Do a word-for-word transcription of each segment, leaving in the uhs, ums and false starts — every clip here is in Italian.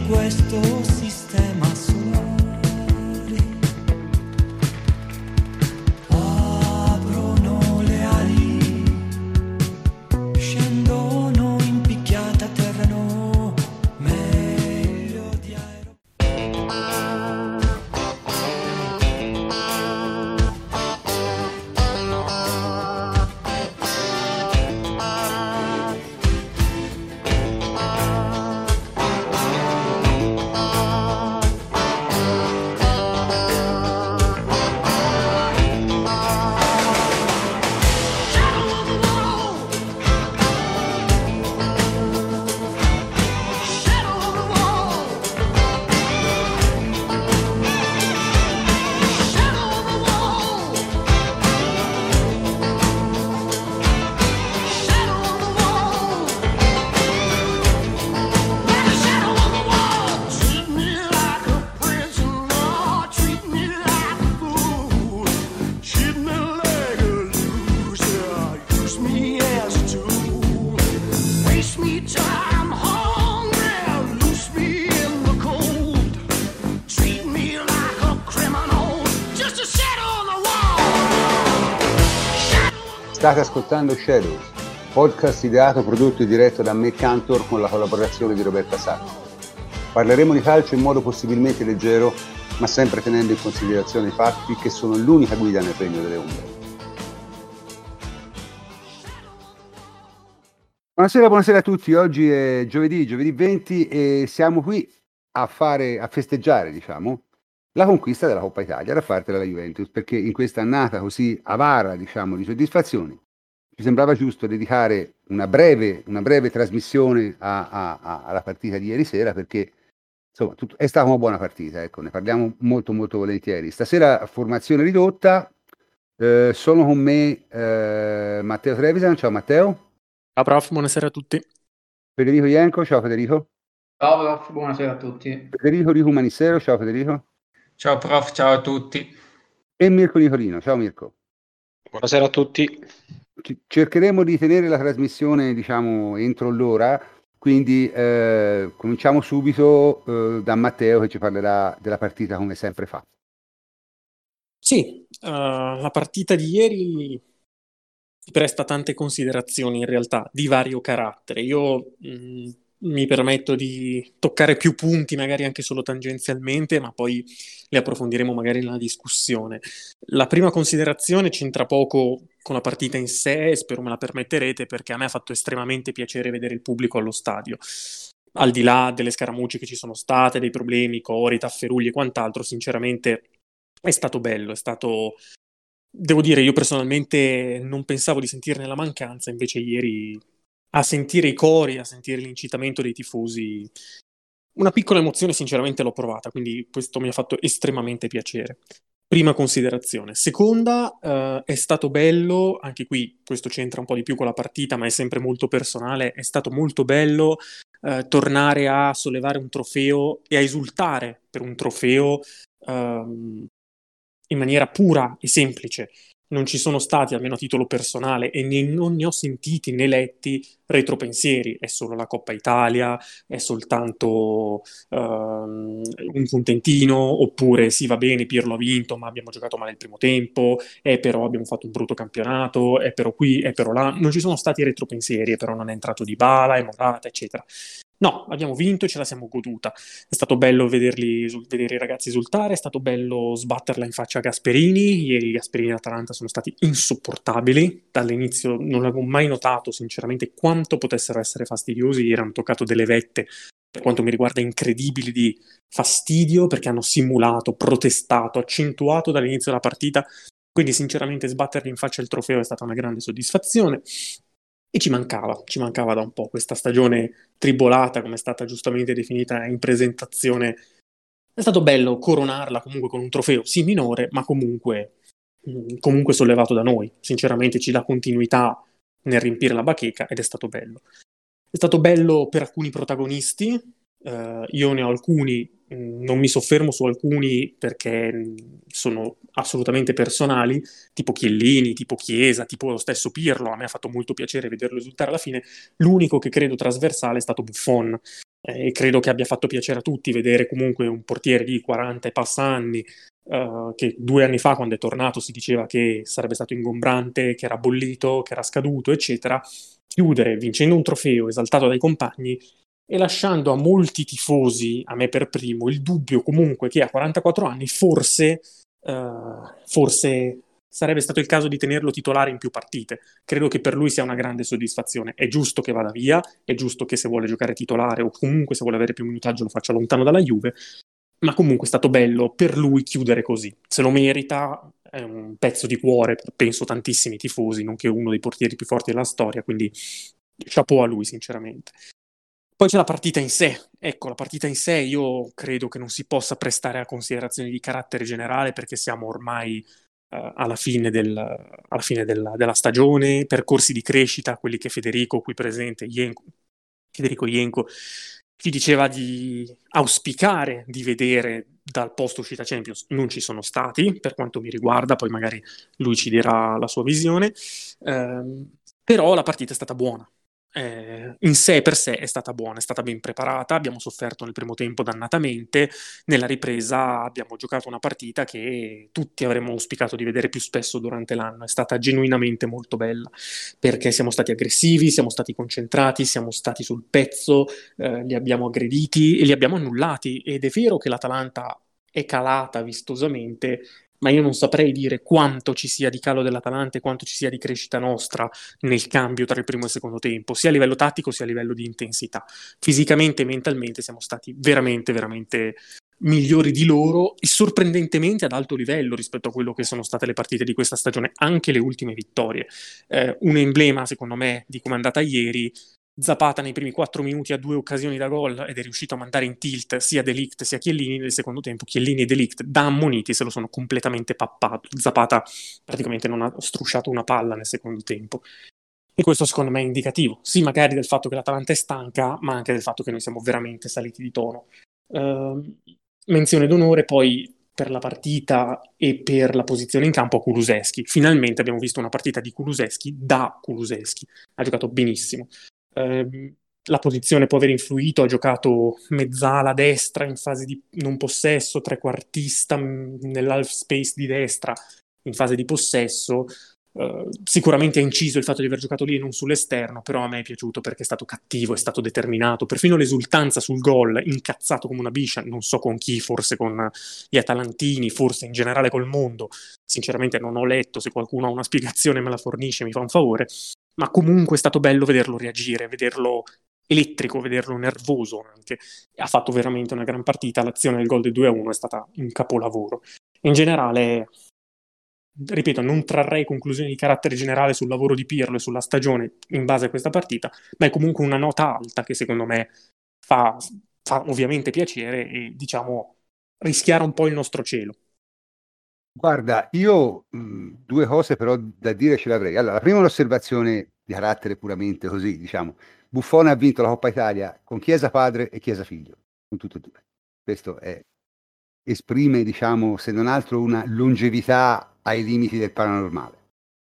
questo sistema solare. Aprono le ali, scendono in picchiata terreno, meglio di aereo. State ascoltando Shadows, podcast ideato, prodotto e diretto da me Cantor con la collaborazione di Roberta Sacco. Parleremo di calcio in modo possibilmente leggero, ma sempre tenendo in considerazione i fatti che sono l'unica guida nel regno delle ombre. Buonasera, buonasera a tutti. Oggi è giovedì, giovedì venti e siamo qui a fare, a festeggiare, diciamo, la conquista della Coppa Italia da parte della Juventus, perché in questa annata così avara, diciamo, di soddisfazioni, ci sembrava giusto dedicare una breve, una breve trasmissione a, a, a, alla partita di ieri sera, perché insomma tutto, è stata una buona partita, ecco, ne parliamo molto molto volentieri. Stasera formazione ridotta, eh, sono con me eh, Matteo Trevisan. Ciao Matteo. Ciao prof, buonasera a tutti. Federico Ienco. Ciao Federico. Ciao prof, buonasera a tutti. Federico Rico Manissero. Ciao Federico. Ciao prof, ciao a tutti. E Mirko Nicolino. Ciao Mirko. Buonasera a tutti. C- cercheremo di tenere la trasmissione, diciamo, entro l'ora, quindi eh, cominciamo subito eh, da Matteo, che ci parlerà della partita come sempre fa. Sì, uh, la partita di ieri presta tante considerazioni in realtà di vario carattere. Io mh, mi permetto di toccare più punti, magari anche solo tangenzialmente, ma poi li approfondiremo magari nella discussione. La prima considerazione c'entra poco con la partita in sé, spero me la permetterete, perché a me ha fatto estremamente piacere vedere il pubblico allo stadio. Al di là delle scaramucce che ci sono state, dei problemi, cori, tafferugli e quant'altro, sinceramente è stato bello, è stato... Devo dire, io personalmente non pensavo di sentirne la mancanza, invece ieri a sentire i cori, a sentire l'incitamento dei tifosi, una piccola emozione sinceramente l'ho provata, quindi questo mi ha fatto estremamente piacere. Prima considerazione. Seconda, eh, è stato bello, anche qui questo c'entra un po' di più con la partita, ma è sempre molto personale, è stato molto bello eh, tornare a sollevare un trofeo e a esultare per un trofeo ehm, in maniera pura e semplice. Non ci sono stati, almeno a titolo personale, e ne, non ne ho sentiti né letti retropensieri. È solo la Coppa Italia, è soltanto um, un contentino, oppure sì, va bene, Pirlo ha vinto, ma abbiamo giocato male il primo tempo, e però abbiamo fatto un brutto campionato, e però qui, e però là. Non ci sono stati retropensieri, e però non è entrato Dybala, è Morata, eccetera. No, abbiamo vinto e ce la siamo goduta. È stato bello vederli, vedere i ragazzi esultare, è stato bello sbatterla in faccia a Gasperini. Ieri i Gasperini e Atalanta sono stati insopportabili. Dall'inizio non avevo mai notato, sinceramente, quanto potessero essere fastidiosi. Ieri hanno toccato delle vette, per quanto mi riguarda, incredibili di fastidio, perché hanno simulato, protestato, accentuato dall'inizio della partita. Quindi, sinceramente, sbatterli in faccia il trofeo è stata una grande soddisfazione. E ci mancava, ci mancava da un po' questa stagione tribolata, come è stata giustamente definita in presentazione. È stato bello coronarla comunque con un trofeo, sì minore, ma comunque, comunque sollevato da noi. Sinceramente ci dà continuità nel riempire la bacheca ed è stato bello. È stato bello per alcuni protagonisti, uh, io ne ho alcuni, mh, non mi soffermo su alcuni perché mh, sono assolutamente personali, tipo Chiellini, tipo Chiesa, tipo lo stesso Pirlo. A me ha fatto molto piacere vederlo esultare alla fine. L'unico che credo trasversale è stato Buffon. e credo che abbia fatto piacere a tutti vedere comunque un portiere di quaranta e passa anni, uh, che due anni fa, quando è tornato, si diceva che sarebbe stato ingombrante, che era bollito, che era scaduto, eccetera, chiudere vincendo un trofeo, esaltato dai compagni e lasciando a molti tifosi, a me per primo, il dubbio comunque che a quarantaquattro anni forse, uh, forse sarebbe stato il caso di tenerlo titolare in più partite. Credo che per lui sia una grande soddisfazione. È giusto che vada via, è giusto che se vuole giocare titolare o comunque se vuole avere più minutaggio lo faccia lontano dalla Juve, ma comunque è stato bello per lui chiudere così. Se lo merita, è un pezzo di cuore per penso tantissimi tifosi, nonché uno dei portieri più forti della storia, quindi chapeau a lui sinceramente. Poi c'è la partita in sé. Ecco, la partita in sé io credo che non si possa prestare a considerazioni di carattere generale perché siamo ormai Uh, alla fine, del, alla fine della, della stagione, percorsi di crescita, quelli che Federico qui presente, Ienco, Federico Ienco, ci diceva di auspicare di vedere dal post uscita Champions, non ci sono stati, per quanto mi riguarda, poi magari lui ci dirà la sua visione, uh, però la partita è stata buona. Eh, in sé per sé è stata buona, è stata ben preparata, abbiamo sofferto nel primo tempo dannatamente, nella ripresa abbiamo giocato una partita che tutti avremmo auspicato di vedere più spesso durante l'anno, è stata genuinamente molto bella, perché siamo stati aggressivi, siamo stati concentrati, siamo stati sul pezzo, eh, li abbiamo aggrediti e li abbiamo annullati, ed è vero che l'Atalanta è calata vistosamente, ma io non saprei dire quanto ci sia di calo dell'Atalanta e quanto ci sia di crescita nostra nel cambio tra il primo e il secondo tempo, sia a livello tattico sia a livello di intensità. Fisicamente e mentalmente siamo stati veramente, veramente migliori di loro e sorprendentemente ad alto livello rispetto a quello che sono state le partite di questa stagione, anche le ultime vittorie. Eh, un emblema, secondo me, di come è andata ieri, Zapata nei primi quattro minuti ha due occasioni da gol ed è riuscito a mandare in tilt sia De Ligt sia Chiellini. Nel secondo tempo Chiellini e De Ligt da ammoniti se lo sono completamente pappato. Zapata praticamente non ha strusciato una palla nel secondo tempo e questo secondo me è indicativo, sì magari del fatto che l'Atalanta è stanca, ma anche del fatto che noi siamo veramente saliti di tono. Uh, menzione d'onore poi per la partita e per la posizione in campo a Kulusevski. Finalmente abbiamo visto una partita di Kulusevski da Kulusevski, ha giocato benissimo. Uh, la posizione può aver influito, ha giocato mezzala destra in fase di non possesso, trequartista nell'half space di destra in fase di possesso. Uh, sicuramente ha inciso il fatto di aver giocato lì e non sull'esterno, però a me è piaciuto perché è stato cattivo, è stato determinato, perfino l'esultanza sul gol, incazzato come una biscia, non so con chi, forse con gli atalantini, forse in generale col mondo, sinceramente non ho letto, se qualcuno ha una spiegazione me la fornisce, mi fa un favore, ma comunque è stato bello vederlo reagire, vederlo elettrico, vederlo nervoso anche, ha fatto veramente una gran partita, l'azione del gol del due a uno è stata un capolavoro. In generale, ripeto, non trarrei conclusioni di carattere generale sul lavoro di Pirlo e sulla stagione in base a questa partita, ma è comunque una nota alta che secondo me fa, fa ovviamente piacere e diciamo rischiare un po' il nostro cielo. Guarda, io mh, due cose però da dire ce l'avrei. Allora, la prima è un'osservazione di carattere puramente così, diciamo. Buffon ha vinto la Coppa Italia con Chiesa padre e Chiesa figlio, con tutte e due. Questo è, esprime, diciamo, se non altro una longevità ai limiti del paranormale.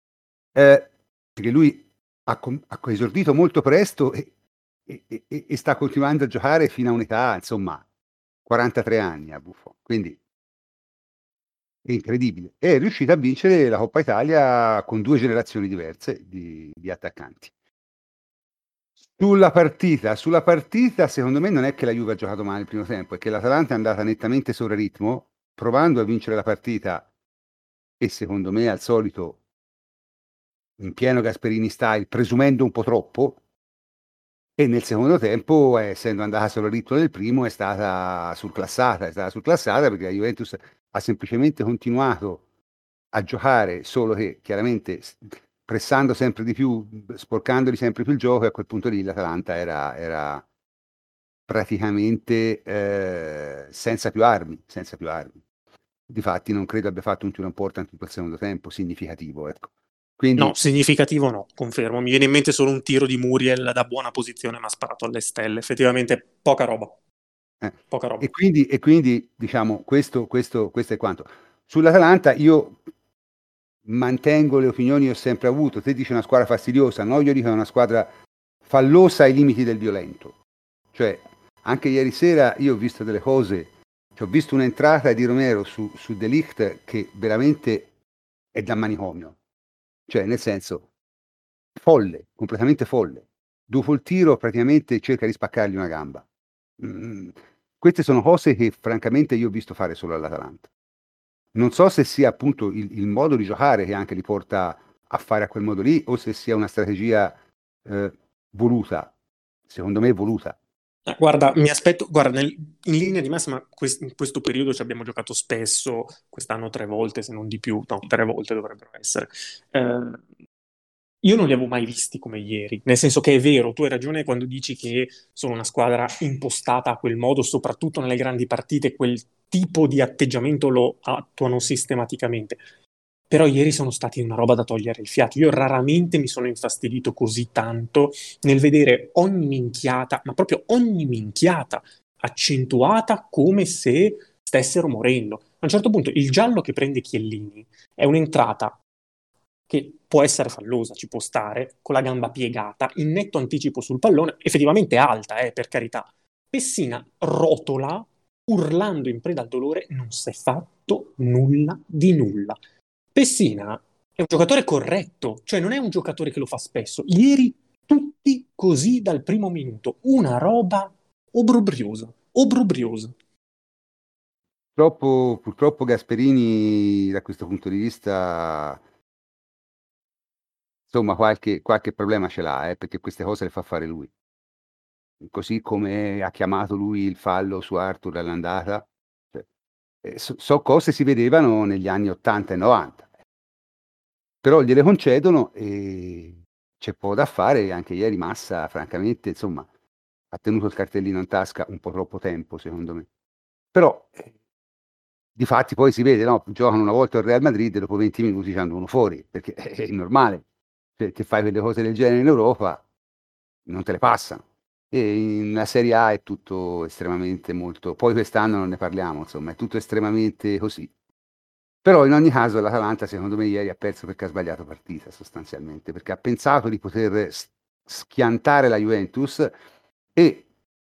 Eh, perché lui ha, ha esordito molto presto e, e, e, e sta continuando a giocare fino a un'età, insomma, quarantatré anni a Buffon. Quindi è incredibile. È riuscito a vincere la Coppa Italia con due generazioni diverse di, di attaccanti. Sulla partita, sulla partita, secondo me non è che la Juve ha giocato male il primo tempo, è che l'Atalanta è andata nettamente sopra ritmo, provando a vincere la partita e secondo me al solito in pieno Gasperini style, presumendo un po' troppo, e nel secondo tempo, essendo andata solo al ritmo del primo, è stata surclassata, è stata surclassata perché la Juventus ha semplicemente continuato a giocare, solo che chiaramente pressando sempre di più, sporcandoli sempre più il gioco, e a quel punto lì l'Atalanta era, era praticamente eh, senza più armi, senza più armi. Difatti non credo abbia fatto un tiro important in quel secondo tempo significativo, ecco. Quindi, no, significativo no, confermo. Mi viene in mente solo un tiro di Muriel da buona posizione, ma sparato alle stelle. Effettivamente poca roba. Eh, poca roba. E quindi, e quindi diciamo, questo, questo, questo è quanto. Sull'Atalanta io mantengo le opinioni che ho sempre avuto. Te dici una squadra fastidiosa, no? Io dico è una squadra fallosa ai limiti del violento. Cioè, anche ieri sera io ho visto delle cose, cioè, ho visto un'entrata di Romero su, su De Ligt che veramente è da manicomio, cioè nel senso folle, completamente folle. Dopo il tiro praticamente cerca di spaccargli una gamba. Mm, queste sono cose che francamente io ho visto fare solo all'Atalanta. Non so se sia appunto il, il modo di giocare che anche li porta a fare a quel modo lì o se sia una strategia eh, voluta, secondo me voluta. Ah, guarda, mi aspetto, guarda, nel- in linea di massima quest- in questo periodo ci abbiamo giocato spesso, quest'anno tre volte, se non di più, no, tre volte dovrebbero essere. Eh, io non li avevo mai visti come ieri, nel senso che è vero, tu hai ragione quando dici che sono una squadra impostata a quel modo, soprattutto nelle grandi partite, quel tipo di atteggiamento lo attuano sistematicamente. Però ieri sono stati una roba da togliere il fiato. Io raramente mi sono infastidito così tanto nel vedere ogni minchiata, ma proprio ogni minchiata accentuata come se stessero morendo. A un certo punto il giallo che prende Chiellini è un'entrata che può essere fallosa, ci può stare, con la gamba piegata, in netto anticipo sul pallone, effettivamente alta, eh, per carità. Pessina rotola, urlando in preda al dolore, non si è fatto nulla di nulla. Pessina è un giocatore corretto, cioè non è un giocatore che lo fa spesso. Ieri tutti così dal primo minuto, una roba obbrobriosa, obbrobriosa. Purtroppo, purtroppo Gasperini da questo punto di vista, insomma, qualche, qualche problema ce l'ha, eh, perché queste cose le fa fare lui. Così come ha chiamato lui il fallo su Arthur all'andata. Cioè, eh, so, so cose si vedevano negli anni ottanta e novanta, però gliele concedono e c'è poco da fare. Anche ieri Massa, francamente, insomma, ha tenuto il cartellino in tasca un po' troppo tempo, secondo me. Però, eh, difatti poi si vede, no? Giocano una volta al Real Madrid e dopo venti minuti ci andano fuori, perché è normale. Cioè, che fai quelle cose del genere in Europa, non te le passano. E in la Serie A è tutto estremamente molto... Poi quest'anno non ne parliamo, insomma, è tutto estremamente così. Però in ogni caso l'Atalanta secondo me ieri ha perso perché ha sbagliato partita sostanzialmente, perché ha pensato di poter s- schiantare la Juventus e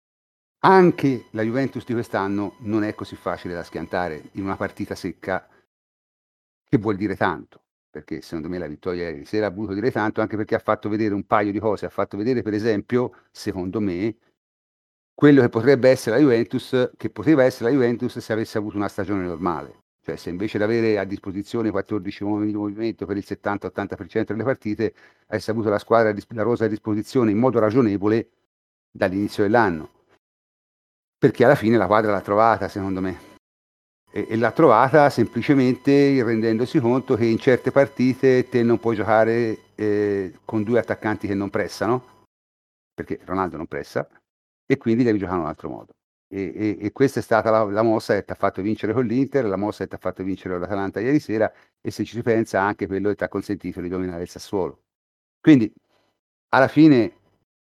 anche la Juventus di quest'anno non è così facile da schiantare in una partita secca, che vuol dire tanto, perché secondo me la vittoria ieri sera ha voluto dire tanto, anche perché ha fatto vedere un paio di cose, ha fatto vedere per esempio, secondo me, quello che potrebbe essere la Juventus, che poteva essere la Juventus se avesse avuto una stagione normale. Cioè se invece di avere a disposizione quattordici uomini di movimento per il settanta ottanta per cento delle partite, avesse avuto la squadra, la rosa a disposizione in modo ragionevole dall'inizio dell'anno. Perché alla fine la quadra l'ha trovata, secondo me. E, e l'ha trovata semplicemente rendendosi conto che in certe partite te non puoi giocare eh, con due attaccanti che non pressano, perché Ronaldo non pressa, e quindi devi giocare in un altro modo. E, e, e questa è stata la, la mossa che ti ha fatto vincere con l'Inter, la mossa che ti ha fatto vincere con l'Atalanta ieri sera, e se ci si pensa anche quello che ti ha consentito di dominare il Sassuolo. Quindi, alla fine,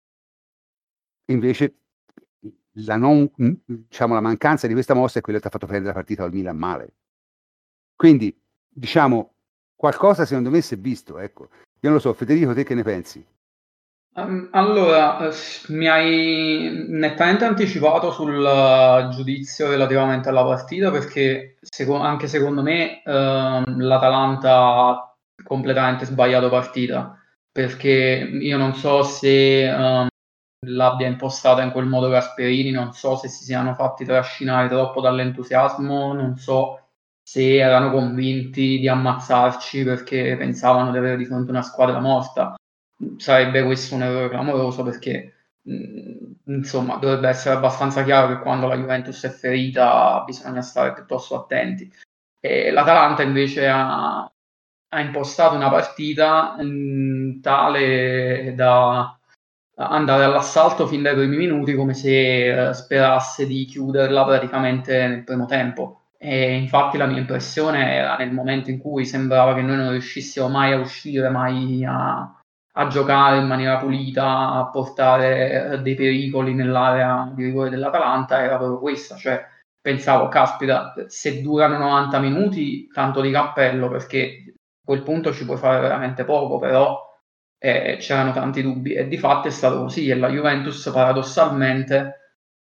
invece, la, non, diciamo, la mancanza di questa mossa è quella che ti ha fatto prendere la partita al Milan male. Quindi, diciamo, qualcosa secondo me si è visto, ecco. Io non lo so, Federico, te che ne pensi? Um, allora, eh, mi hai nettamente anticipato sul eh, giudizio relativamente alla partita perché seco- anche secondo me ehm, l'Atalanta ha completamente sbagliato partita perché io non so se ehm, l'abbia impostata in quel modo Gasperini, non so se si siano fatti trascinare troppo dall'entusiasmo, non so se erano convinti di ammazzarci perché pensavano di avere di fronte una squadra morta. Sarebbe questo un errore clamoroso perché mh, insomma dovrebbe essere abbastanza chiaro che quando la Juventus è ferita bisogna stare piuttosto attenti. E l'Atalanta invece ha, ha impostato una partita mh, tale da andare all'assalto fin dai primi minuti come se eh, sperasse di chiuderla praticamente nel primo tempo. E infatti la mia impressione era nel momento in cui sembrava che noi non riuscissimo mai a uscire, mai a, a giocare in maniera pulita, a portare eh, dei pericoli nell'area di rigore dell'Atalanta, era proprio questa, cioè pensavo, caspita, se durano novanta minuti, tanto di cappello, perché a quel punto ci puoi fare veramente poco, però eh, c'erano tanti dubbi e di fatto è stato così e la Juventus paradossalmente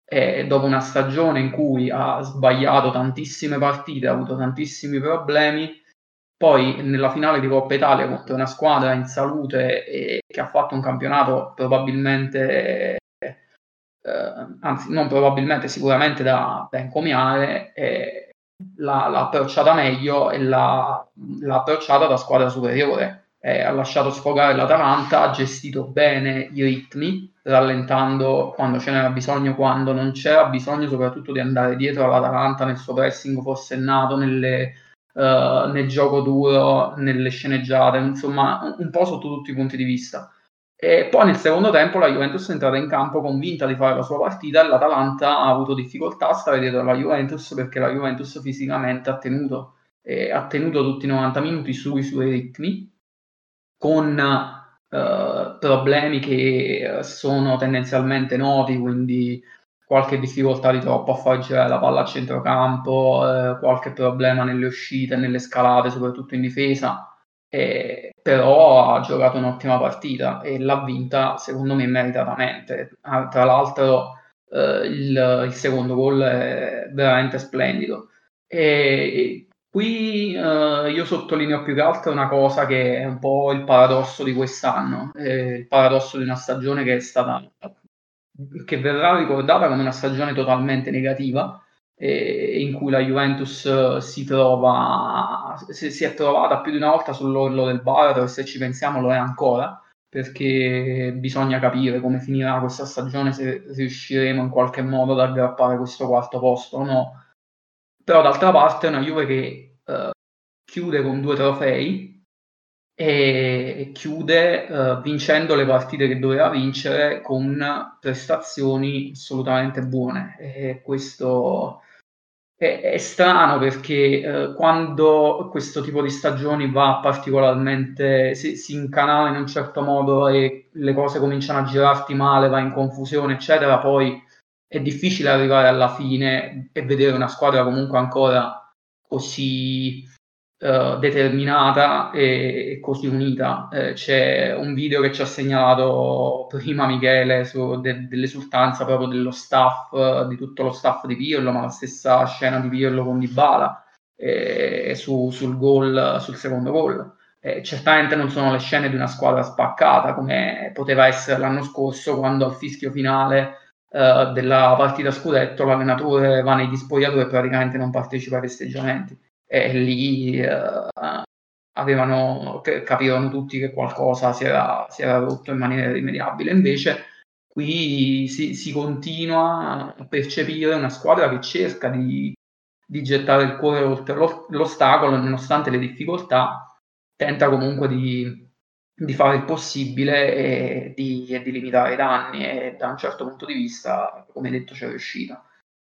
e dopo una stagione in cui ha sbagliato tantissime partite, ha avuto tantissimi problemi, poi nella finale di Coppa Italia contro una squadra in salute e che ha fatto un campionato probabilmente, eh, anzi non probabilmente, sicuramente da, da encomiare, eh, l'ha, l'ha approcciata meglio e l'ha, l'ha approcciata da squadra superiore. Eh, ha lasciato sfogare l'Atalanta, ha gestito bene i ritmi, rallentando quando ce n'era bisogno, quando non c'era bisogno, soprattutto di andare dietro all'Atalanta nel suo pressing forsennato, nelle, uh, nel gioco duro, nelle sceneggiate, insomma un po' sotto tutti i punti di vista. E poi nel secondo tempo la Juventus è entrata in campo convinta di fare la sua partita e l'Atalanta ha avuto difficoltà a stare dietro alla Juventus, perché la Juventus fisicamente ha tenuto, eh, ha tenuto tutti i novanta minuti sui suoi ritmi, con uh, problemi che sono tendenzialmente noti, quindi qualche difficoltà di troppo a far girare la palla a centrocampo, eh, qualche problema nelle uscite, nelle scalate, soprattutto in difesa. Eh, però ha giocato un'ottima partita e l'ha vinta secondo me meritatamente. Ah, tra l'altro eh, il, il secondo gol è veramente splendido. E qui eh, io sottolineo più che altro una cosa che è un po' il paradosso di quest'anno, eh, il paradosso di una stagione che è stata, che verrà ricordata come una stagione totalmente negativa, eh, in cui la Juventus si trova, si, si è trovata più di una volta sull'orlo del baratro, e se ci pensiamo lo è ancora, perché bisogna capire come finirà questa stagione, se riusciremo in qualche modo ad aggrappare questo quarto posto o no. Però d'altra parte è una Juve che uh, chiude con due trofei e chiude uh, vincendo le partite che doveva vincere, con prestazioni assolutamente buone. E questo è, è strano, perché uh, quando questo tipo di stagioni va particolarmente, si, si incanala in un certo modo e le cose cominciano a girarti male, va in confusione eccetera, poi è difficile arrivare alla fine e vedere una squadra comunque ancora così uh, determinata e, e così unita. Eh, c'è un video che ci ha segnalato prima Michele su, de, dell'esultanza proprio dello staff, uh, di tutto lo staff di Pirlo, ma la stessa scena di Pirlo con Dybala eh, su, sul gol, sul secondo gol. Eh, certamente non sono le scene di una squadra spaccata come poteva essere l'anno scorso, quando al fischio finale Uh, della partita scudetto l'allenatore va negli spogliatoi e praticamente non partecipa ai festeggiamenti, e lì uh, avevano, capivano tutti che qualcosa si era, si era rotto in maniera irrimediabile. Invece qui si, si continua a percepire una squadra che cerca di, di gettare il cuore oltre l'ostacolo, nonostante le difficoltà tenta comunque di di fare il possibile e di, e di limitare i danni, e da un certo punto di vista, come detto, c'è riuscita.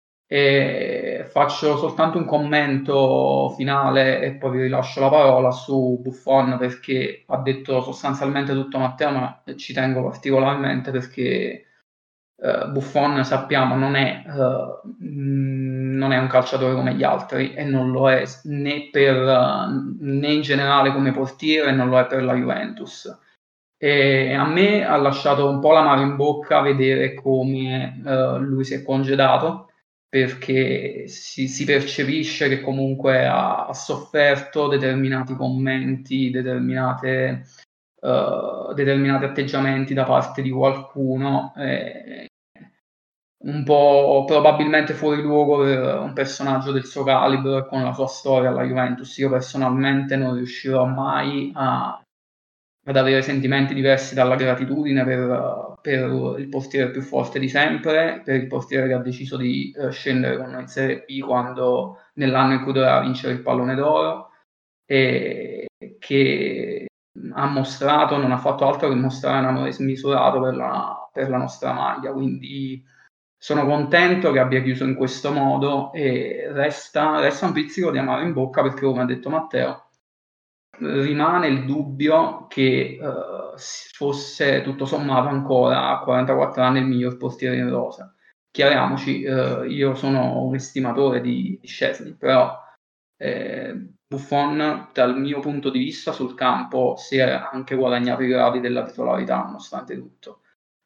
E faccio soltanto un commento finale e poi vi rilascio la parola su Buffon, perché ha detto sostanzialmente tutto Matteo, ma ci tengo particolarmente perché Uh, Buffon, sappiamo, non è, uh, mh, non è un calciatore come gli altri, e non lo è né, per, uh, né in generale come portiere, non lo è per la Juventus. E a me ha lasciato un po' l'amaro in bocca vedere come uh, lui si è congedato, perché si, si percepisce che comunque ha, ha sofferto determinati commenti, determinate, uh, determinati atteggiamenti da parte di qualcuno, eh, un po' probabilmente fuori luogo per un personaggio del suo calibro e con la sua storia alla Juventus. Io personalmente non riuscirò mai a, ad avere sentimenti diversi dalla gratitudine per, per il portiere più forte di sempre, per il portiere che ha deciso di uh, scendere con noi in Serie B quando, nell'anno in cui doveva vincere il pallone d'oro, e che ha mostrato, non ha fatto altro che mostrare un amore smisurato per la, per la nostra maglia. Quindi sono contento che abbia chiuso in questo modo, e resta, resta un pizzico di amaro in bocca, perché, come ha detto Matteo, rimane il dubbio che uh, fosse tutto sommato ancora a quarantaquattro anni il miglior portiere in rosa. Chiariamoci, uh, io sono un estimatore di, di Szczesny, però eh, Buffon, dal mio punto di vista sul campo, si è anche guadagnato i gradi della titolarità nonostante tutto.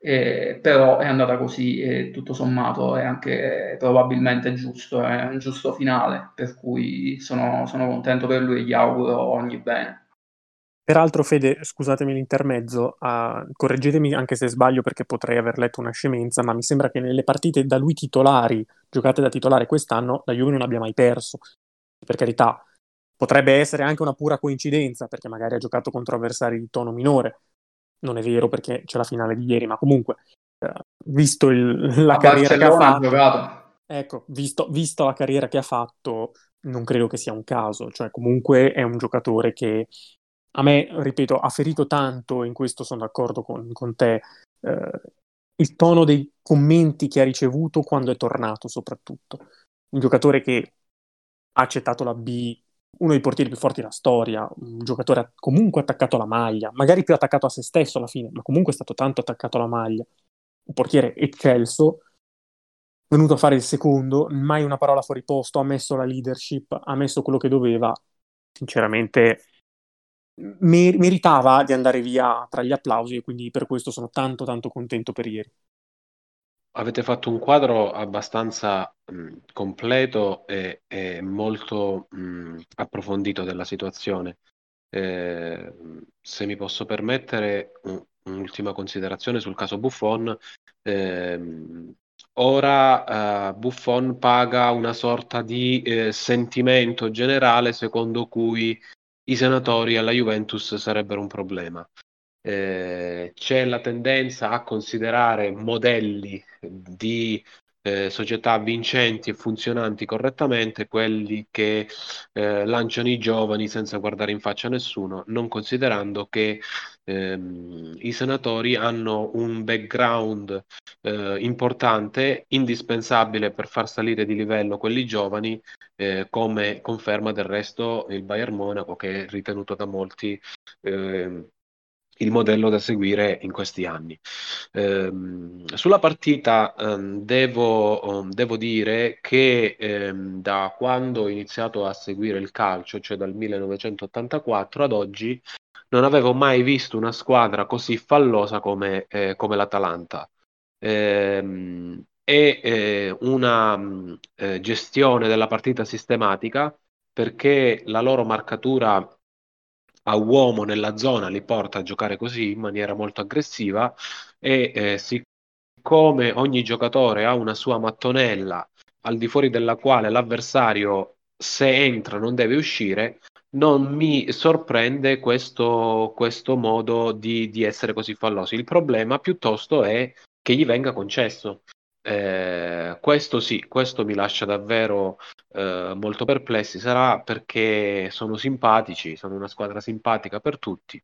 eh, però è andata così e tutto sommato è anche probabilmente giusto, è un giusto finale, per cui sono, sono contento per lui e gli auguro ogni bene. Peraltro, Fede, scusatemi l'intermezzo, uh, correggetemi anche se sbaglio perché potrei aver letto una scemenza, ma mi sembra che nelle partite da lui titolari, giocate da titolare quest'anno, la Juve non abbia mai perso. Per carità, potrebbe essere anche una pura coincidenza, perché magari ha giocato contro avversari di tono minore. Non è vero perché c'è la finale di ieri, ma comunque, uh, visto il, la A carriera che ha Barcellona ha fatto, giocato. ecco, visto, visto la carriera che ha fatto, non credo che sia un caso. Cioè, comunque è un giocatore che a me, ripeto, ha ferito tanto, in questo sono d'accordo con, con te, eh, il tono dei commenti che ha ricevuto quando è tornato, soprattutto. Un giocatore che ha accettato la B, uno dei portieri più forti della storia, un giocatore comunque attaccato alla maglia, magari più attaccato a se stesso alla fine, ma comunque è stato tanto attaccato alla maglia. Un portiere eccelso, venuto a fare il secondo, mai una parola fuori posto, ha messo la leadership, ha messo quello che doveva. Sinceramente mer- meritava di andare via tra gli applausi e quindi per questo sono tanto tanto contento per ieri. Avete fatto un quadro abbastanza mh, completo e, e molto mh, approfondito della situazione. Eh, se mi posso permettere un- un'ultima considerazione sul caso Buffon, ehm, ora eh, Buffon paga una sorta di eh, sentimento generale secondo cui i senatori alla Juventus sarebbero un problema. Eh, c'è la tendenza a considerare modelli di eh, società vincenti e funzionanti correttamente quelli che eh, lanciano i giovani senza guardare in faccia a nessuno, non considerando che ehm, i senatori hanno un background eh, importante, indispensabile per far salire di livello quelli giovani, eh, come conferma del resto il Bayern Monaco, che è ritenuto da molti eh, il modello da seguire in questi anni. Ehm, sulla partita ehm, devo, ehm, devo dire che ehm, da quando ho iniziato a seguire il calcio, cioè dal millenovecentottantaquattro ad oggi, non avevo mai visto una squadra così fallosa come, eh, come l'Atalanta. Ehm, e eh, una mh, eh, gestione della partita sistematica, perché la loro marcatura a uomo nella zona li porta a giocare così in maniera molto aggressiva e eh, siccome ogni giocatore ha una sua mattonella al di fuori della quale l'avversario, se entra, non deve uscire, non mi sorprende questo, questo modo di, di essere così fallosi. Il problema piuttosto è che gli venga concesso. Eh, questo sì, questo mi lascia davvero eh, molto perplessi. Sarà perché sono simpatici, sono una squadra simpatica per tutti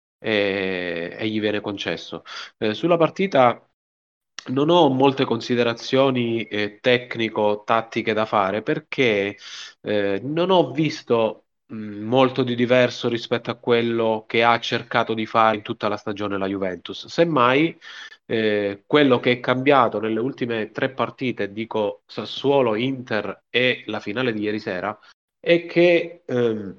e, e gli viene concesso. Eh, sulla partita non ho molte considerazioni eh, tecnico-tattiche da fare perché eh, non ho visto mh, molto di diverso rispetto a quello che ha cercato di fare in tutta la stagione la Juventus. Semmai, eh, quello che è cambiato nelle ultime tre partite, dico Sassuolo, Inter e la finale di ieri sera, è che ehm,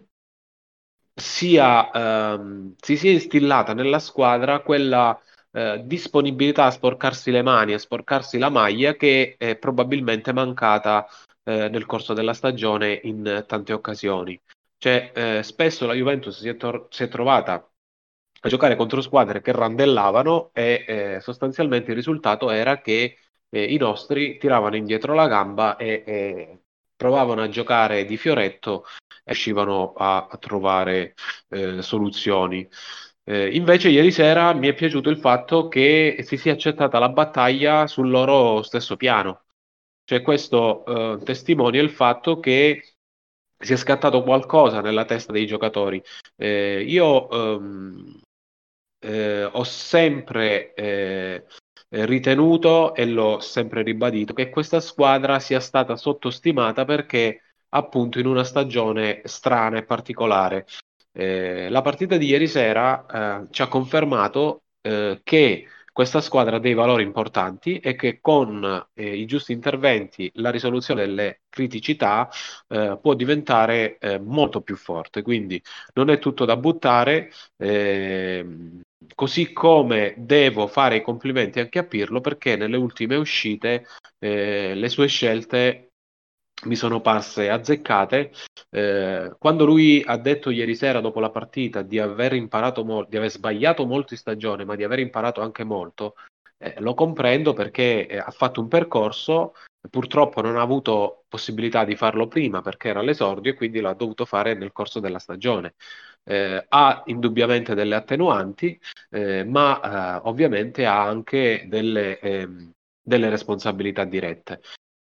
sia, ehm, si sia instillata nella squadra quella eh, disponibilità a sporcarsi le mani, a sporcarsi la maglia che è probabilmente mancata eh, nel corso della stagione in tante occasioni. Cioè, eh, spesso la Juventus si è, tor- si è trovata a giocare contro squadre che randellavano e eh, sostanzialmente il risultato era che eh, i nostri tiravano indietro la gamba e, e provavano a giocare di fioretto e riuscivano a, a trovare eh, soluzioni. Eh, invece ieri sera mi è piaciuto il fatto che si sia accettata la battaglia sul loro stesso piano. Cioè questo eh, testimonia il fatto che sia scattato qualcosa nella testa dei giocatori. Eh, io ehm, eh, ho sempre eh, ritenuto e l'ho sempre ribadito che questa squadra sia stata sottostimata perché appunto in una stagione strana e particolare. Eh, la partita di ieri sera eh, ci ha confermato eh, che questa squadra ha dei valori importanti e che con eh, i giusti interventi, la risoluzione delle criticità eh, può diventare eh, molto più forte. Quindi non è tutto da buttare. ehm, così come devo fare i complimenti anche a Pirlo, perché nelle ultime uscite eh, le sue scelte mi sono parse azzeccate. Eh, quando lui ha detto ieri sera dopo la partita di aver imparato molto, di aver sbagliato molto in stagione, ma di aver imparato anche molto, eh, lo comprendo, perché eh, ha fatto un percorso, purtroppo non ha avuto possibilità di farlo prima perché era all'esordio, e quindi l'ha dovuto fare nel corso della stagione. Eh, ha indubbiamente delle attenuanti, eh, ma eh, ovviamente ha anche delle, ehm, delle responsabilità dirette.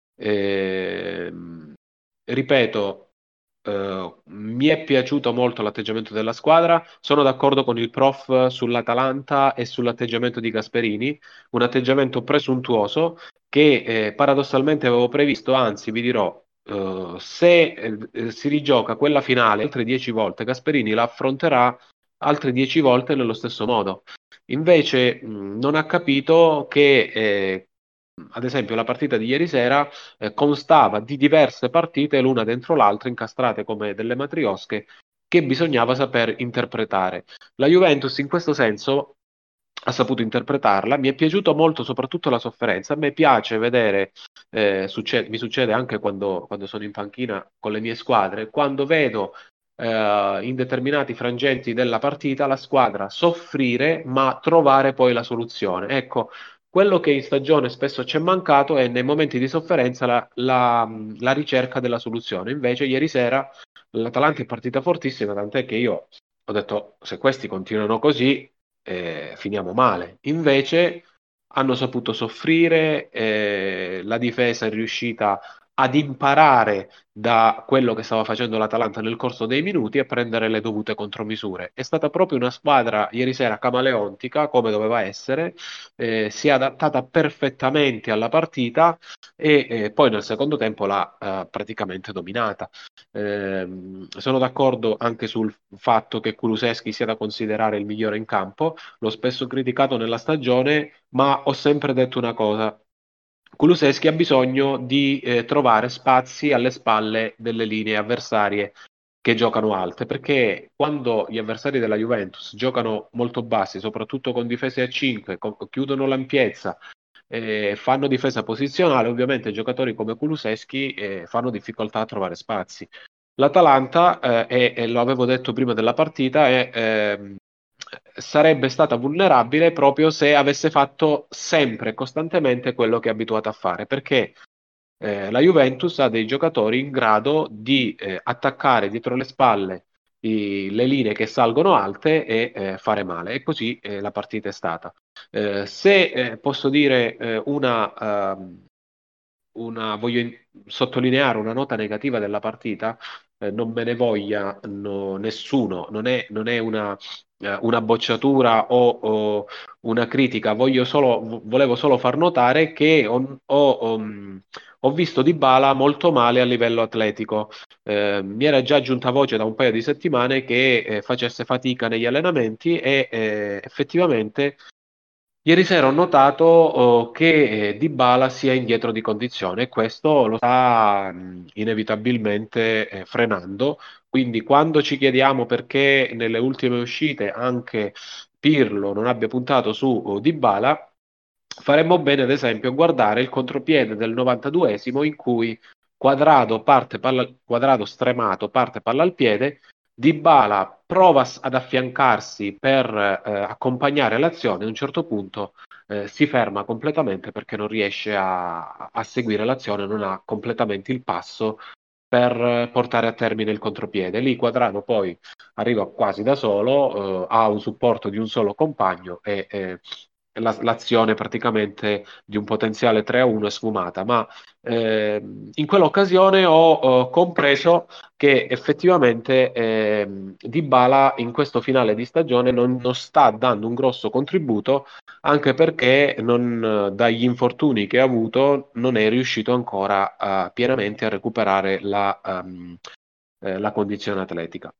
Ehm, ripeto, eh, mi è piaciuto molto l'atteggiamento della squadra. Sono d'accordo con il prof sull'Atalanta e sull'atteggiamento di Gasperini, un atteggiamento presuntuoso che eh, paradossalmente avevo previsto. Anzi, vi dirò, eh, se eh, si rigioca quella finale altre dieci volte, Gasperini la affronterà altre dieci volte nello stesso modo. Invece, mh, non ha capito che, eh, ad esempio, la partita di ieri sera eh, constava di diverse partite l'una dentro l'altra, incastrate come delle matriosche, che bisognava saper interpretare. La Juventus in questo senso ha saputo interpretarla. Mi è piaciuto molto soprattutto la sofferenza. A me piace vedere, eh, succe- mi succede anche quando, quando sono in panchina con le mie squadre, quando vedo eh, in determinati frangenti della partita la squadra soffrire ma trovare poi la soluzione. Ecco, quello che in stagione spesso ci è mancato è nei momenti di sofferenza la, la- la ricerca della soluzione. Invece ieri sera l'Atalanta è partita fortissima, tant'è che io ho detto, se questi continuano così, eh, finiamo male. Invece hanno saputo soffrire, eh, la difesa è riuscita ad imparare da quello che stava facendo l'Atalanta nel corso dei minuti e prendere le dovute contromisure. È stata proprio una squadra ieri sera camaleontica, come doveva essere, eh, si è adattata perfettamente alla partita, e eh, poi nel secondo tempo l'ha eh, praticamente dominata. Ehm, sono d'accordo anche sul fatto che Kulusevski sia da considerare il migliore in campo. L'ho spesso criticato nella stagione, ma ho sempre detto una cosa: Kulusevski ha bisogno di eh, trovare spazi alle spalle delle linee avversarie che giocano alte, perché quando gli avversari della Juventus giocano molto bassi, soprattutto con difese a cinque, con- chiudono l'ampiezza, eh, fanno difesa posizionale, ovviamente giocatori come Kulusevski eh, fanno difficoltà a trovare spazi. L'Atalanta, eh, e, e lo avevo detto prima della partita, è, ehm, sarebbe stata vulnerabile proprio se avesse fatto sempre e costantemente quello che è abituata a fare, perché eh, la Juventus ha dei giocatori in grado di eh, attaccare dietro le spalle i- le linee che salgono alte e eh, fare male. E così eh, la partita è stata. Eh, se eh, posso dire eh, una, ehm, una, voglio in- sottolineare una nota negativa della partita, eh, non me ne voglia no- nessuno, non è, non è una, eh, una bocciatura o, o una critica, voglio solo, vo- volevo solo far notare che ho, ho- ho, mh, ho visto Dybala molto male a livello atletico. Eh, mi era già giunta voce da un paio di settimane che eh, facesse fatica negli allenamenti, e eh, effettivamente ieri sera ho notato oh, che eh, Dybala sia indietro di condizione, e questo lo sta mh, inevitabilmente eh, frenando. Quindi quando ci chiediamo perché nelle ultime uscite anche Pirlo non abbia puntato su oh, Dybala, faremmo bene ad esempio a guardare il contropiede del novantaduesimo, in cui Quadrado parte palla, Quadrado stremato, parte palla al piede. Dybala prova s- ad affiancarsi per eh, accompagnare l'azione. A un certo punto eh, si ferma completamente perché non riesce a, a seguire l'azione, non ha completamente il passo per eh, portare a termine il contropiede. Lì Quadrado poi arriva quasi da solo, eh, ha un supporto di un solo compagno, e eh, la- l'azione praticamente di un potenziale tre a uno è sfumata. Ma ehm, in quell'occasione ho eh, compreso che effettivamente ehm, Dybala in questo finale di stagione non, non sta dando un grosso contributo, anche perché non, dagli infortuni che ha avuto non è riuscito ancora a- pienamente a recuperare la, ehm, eh, la condizione atletica.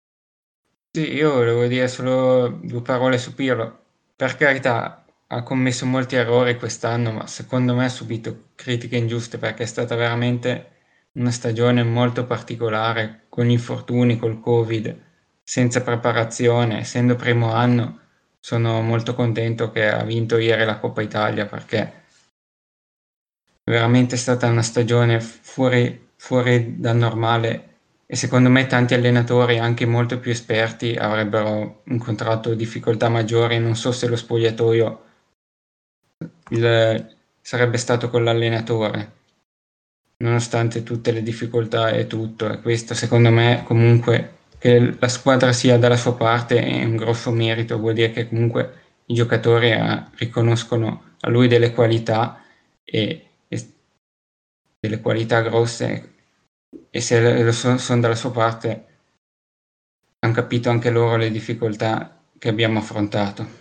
Sì, io volevo dire solo due parole su Pirlo. Per carità, ha commesso molti errori quest'anno, ma secondo me ha subito critiche ingiuste perché è stata veramente una stagione molto particolare, con gli infortuni, col Covid, senza preparazione, essendo primo anno. sono molto contento che ha vinto ieri la Coppa Italia, perché è veramente stata una stagione fuori, fuori dal normale, e secondo me tanti allenatori, anche molto più esperti, avrebbero incontrato difficoltà maggiori. Non so se lo spogliatoio il- sarebbe stato con l'allenatore, nonostante tutte le difficoltà e tutto. E questo, secondo me, comunque, che la squadra sia dalla sua parte è un grosso merito. Vuol dire che comunque i giocatori eh, riconoscono a lui delle qualità, e, e delle qualità grosse, e se lo sono son dalla sua parte, hanno capito anche loro le difficoltà che abbiamo affrontato.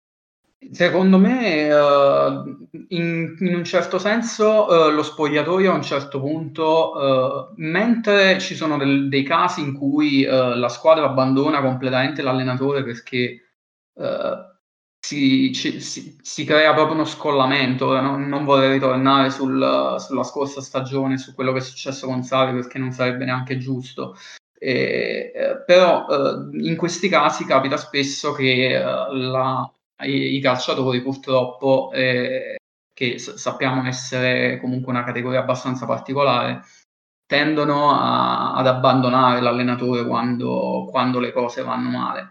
Secondo me, eh, in, in un certo senso, eh, lo spogliatoio a un certo punto, eh, mentre ci sono del- dei casi in cui eh, la squadra abbandona completamente l'allenatore perché eh, si, ci- si- si crea proprio uno scollamento. Ora non, non vorrei ritornare sul- sulla scorsa stagione, su quello che è successo con Sarri, perché non sarebbe neanche giusto. E, eh, però eh, in questi casi capita spesso che eh, la i, i calciatori purtroppo, eh, che s- sappiamo essere comunque una categoria abbastanza particolare, tendono a- ad abbandonare l'allenatore quando, quando le cose vanno male.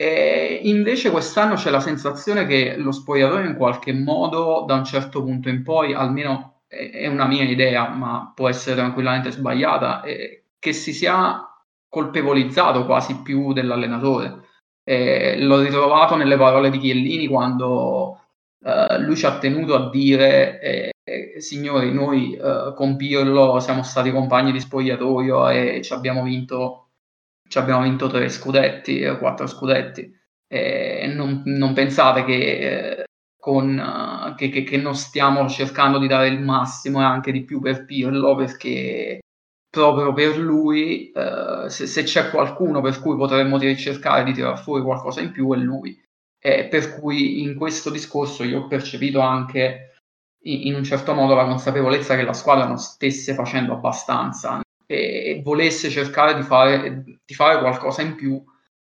E invece quest'anno c'è la sensazione che lo spogliatoio in qualche modo, da un certo punto in poi, almeno è, è una mia idea, ma può essere tranquillamente sbagliata, eh, che si sia colpevolizzato quasi più dell'allenatore. Eh, l'ho ritrovato nelle parole di Chiellini quando eh, lui ci ha tenuto a dire eh, eh, signori, noi eh, con Pirlo siamo stati compagni di spogliatoio e ci abbiamo vinto, ci abbiamo vinto tre scudetti, eh, quattro scudetti. E non, non pensate che, eh, con, eh, che, che, che non stiamo cercando di dare il massimo e anche di più per Pirlo, perché proprio per lui, eh, se, se c'è qualcuno per cui potremmo cercare di tirar fuori qualcosa in più è lui. Eh, per cui in questo discorso io ho percepito anche in, in un certo modo la consapevolezza che la squadra non stesse facendo abbastanza e volesse cercare di fare, di fare qualcosa in più,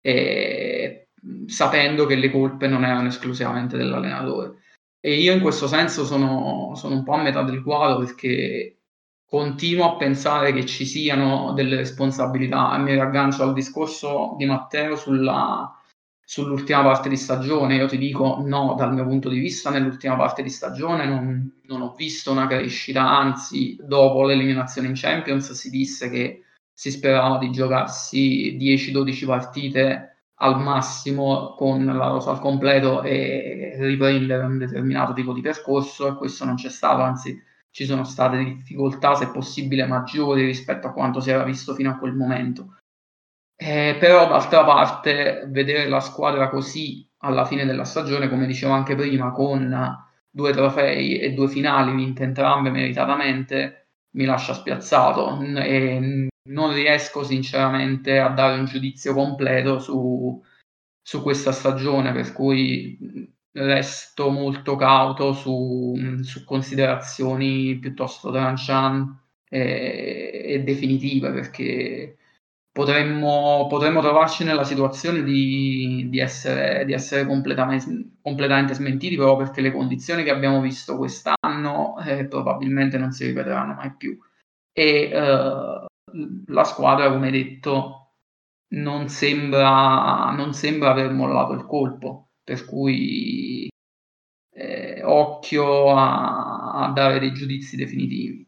eh, sapendo che le colpe non erano esclusivamente dell'allenatore. E io in questo senso sono, sono un po' a metà del quadro, perché continuo a pensare che ci siano delle responsabilità, e mi raggancio al discorso di Matteo sulla, sull'ultima parte di stagione. Io ti dico no, dal mio punto di vista nell'ultima parte di stagione non, non ho visto una crescita, anzi dopo l'eliminazione in Champions si disse che si sperava di giocarsi dieci dodici partite al massimo con la rosa al completo e riprendere un determinato tipo di percorso, e questo non c'è stato, anzi ci sono state difficoltà, se possibile maggiori rispetto a quanto si era visto fino a quel momento. Eh, però d'altra parte vedere la squadra così alla fine della stagione, come dicevo anche prima, con due trofei e due finali vinte entrambe meritatamente, mi lascia spiazzato e non riesco sinceramente a dare un giudizio completo su, su questa stagione, per cui resto molto cauto su, su considerazioni piuttosto tranchant e, e definitive, perché potremmo, potremmo trovarci nella situazione di, di essere, di essere completamente, completamente smentiti, proprio perché le condizioni che abbiamo visto quest'anno eh, probabilmente non si ripeteranno mai più. E eh, la squadra, come detto, non sembra, non sembra aver mollato il colpo, per cui eh, occhio a, a dare dei giudizi definitivi.